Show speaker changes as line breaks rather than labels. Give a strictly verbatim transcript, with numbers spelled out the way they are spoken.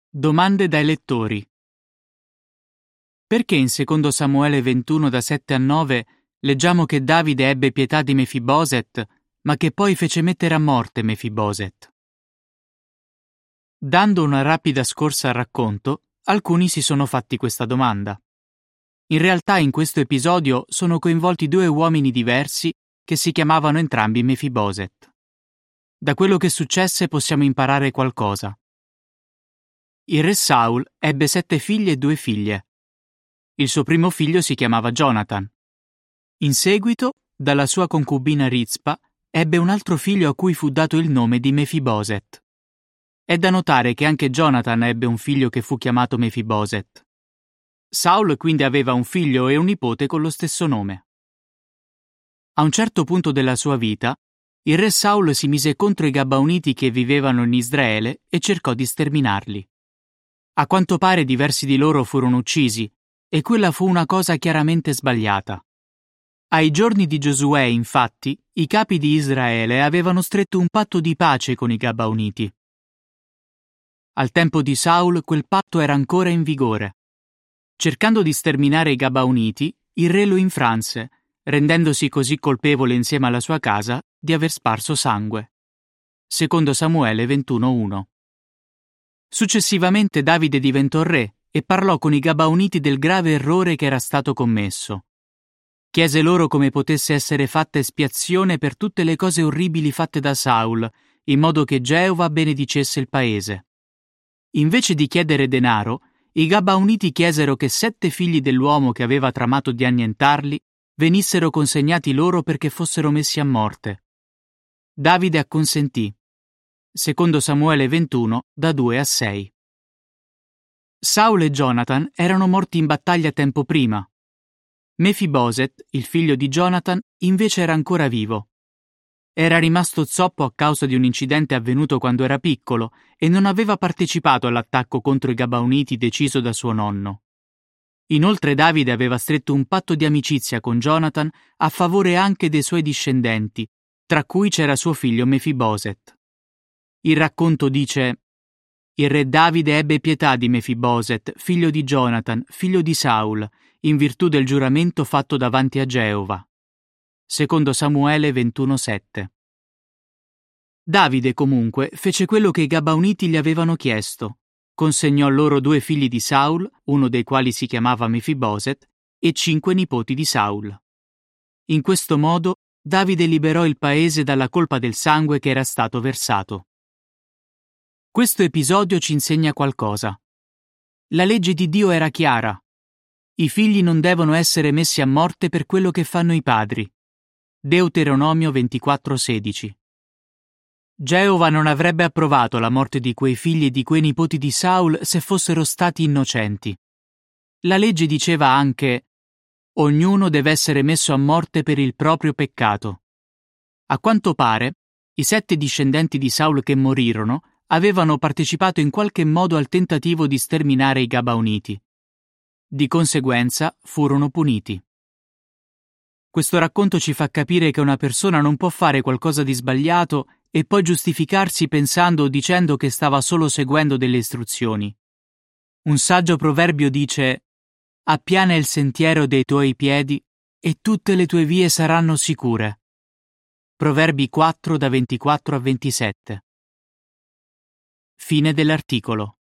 Domande dai lettori. Perché in secondo Samuele ventuno da sette a nove leggiamo che Davide ebbe pietà di Mefiboset, ma che poi fece mettere a morte Mefiboset? Dando una rapida scorsa al racconto, alcuni si sono fatti questa domanda. In realtà in questo episodio sono coinvolti due uomini diversi che si chiamavano entrambi Mefiboset. Da quello che successe possiamo imparare qualcosa. Il re Saul ebbe sette figli e due figlie. Il suo primo figlio si chiamava Jonathan. In seguito, dalla sua concubina Rizpa, ebbe un altro figlio a cui fu dato il nome di Mefiboset. È da notare che anche Jonathan ebbe un figlio che fu chiamato Mefiboset. Saul quindi aveva un figlio e un nipote con lo stesso nome. A un certo punto della sua vita, il re Saul si mise contro i Gabaoniti che vivevano in Israele e cercò di sterminarli. A quanto pare diversi di loro furono uccisi, e quella fu una cosa chiaramente sbagliata. Ai giorni di Giosuè, infatti, i capi di Israele avevano stretto un patto di pace con i Gabaoniti. Al tempo di Saul quel patto era ancora in vigore. Cercando di sterminare i Gabaoniti, il re lo infranse, rendendosi così colpevole insieme alla sua casa di aver sparso sangue. Secondo Samuele ventuno uno. Successivamente Davide diventò re e parlò con i Gabaoniti del grave errore che era stato commesso. Chiese loro come potesse essere fatta espiazione per tutte le cose orribili fatte da Saul, in modo che Geova benedicesse il paese. Invece di chiedere denaro, i Gabaoniti chiesero che sette figli dell'uomo che aveva tramato di annientarli venissero consegnati loro perché fossero messi a morte. Davide acconsentì. Secondo Samuele ventuno, da due a sei. Saul e Jonathan erano morti in battaglia tempo prima. Mefiboset, il figlio di Jonathan, invece era ancora vivo. Era rimasto zoppo a causa di un incidente avvenuto quando era piccolo e non aveva partecipato all'attacco contro i Gabaoniti deciso da suo nonno. Inoltre Davide aveva stretto un patto di amicizia con Jonathan a favore anche dei suoi discendenti, tra cui c'era suo figlio Mefiboset. Il racconto dice: il re Davide ebbe pietà di Mefiboset, figlio di Jonathan, figlio di Saul, in virtù del giuramento fatto davanti a Geova. Secondo Samuele ventuno sette. Davide comunque fece quello che i Gabaoniti gli avevano chiesto. Consegnò loro due figli di Saul, uno dei quali si chiamava Mefiboset, e cinque nipoti di Saul. In questo modo Davide liberò il paese dalla colpa del sangue che era stato versato. Questo episodio ci insegna qualcosa. La legge di Dio era chiara. I figli non devono essere messi a morte per quello che fanno i padri. Deuteronomio ventiquattro sedici. Geova non avrebbe approvato la morte di quei figli e di quei nipoti di Saul se fossero stati innocenti. La legge diceva anche: ognuno deve essere messo a morte per il proprio peccato. A quanto pare, i sette discendenti di Saul che morirono avevano partecipato in qualche modo al tentativo di sterminare i Gabaoniti. Di conseguenza furono puniti. Questo racconto ci fa capire che una persona non può fare qualcosa di sbagliato e poi giustificarsi pensando o dicendo che stava solo seguendo delle istruzioni. Un saggio proverbio dice: appiana il sentiero dei tuoi piedi e tutte le tue vie saranno sicure. Proverbi quattro da ventiquattro a ventisette. Fine dell'articolo.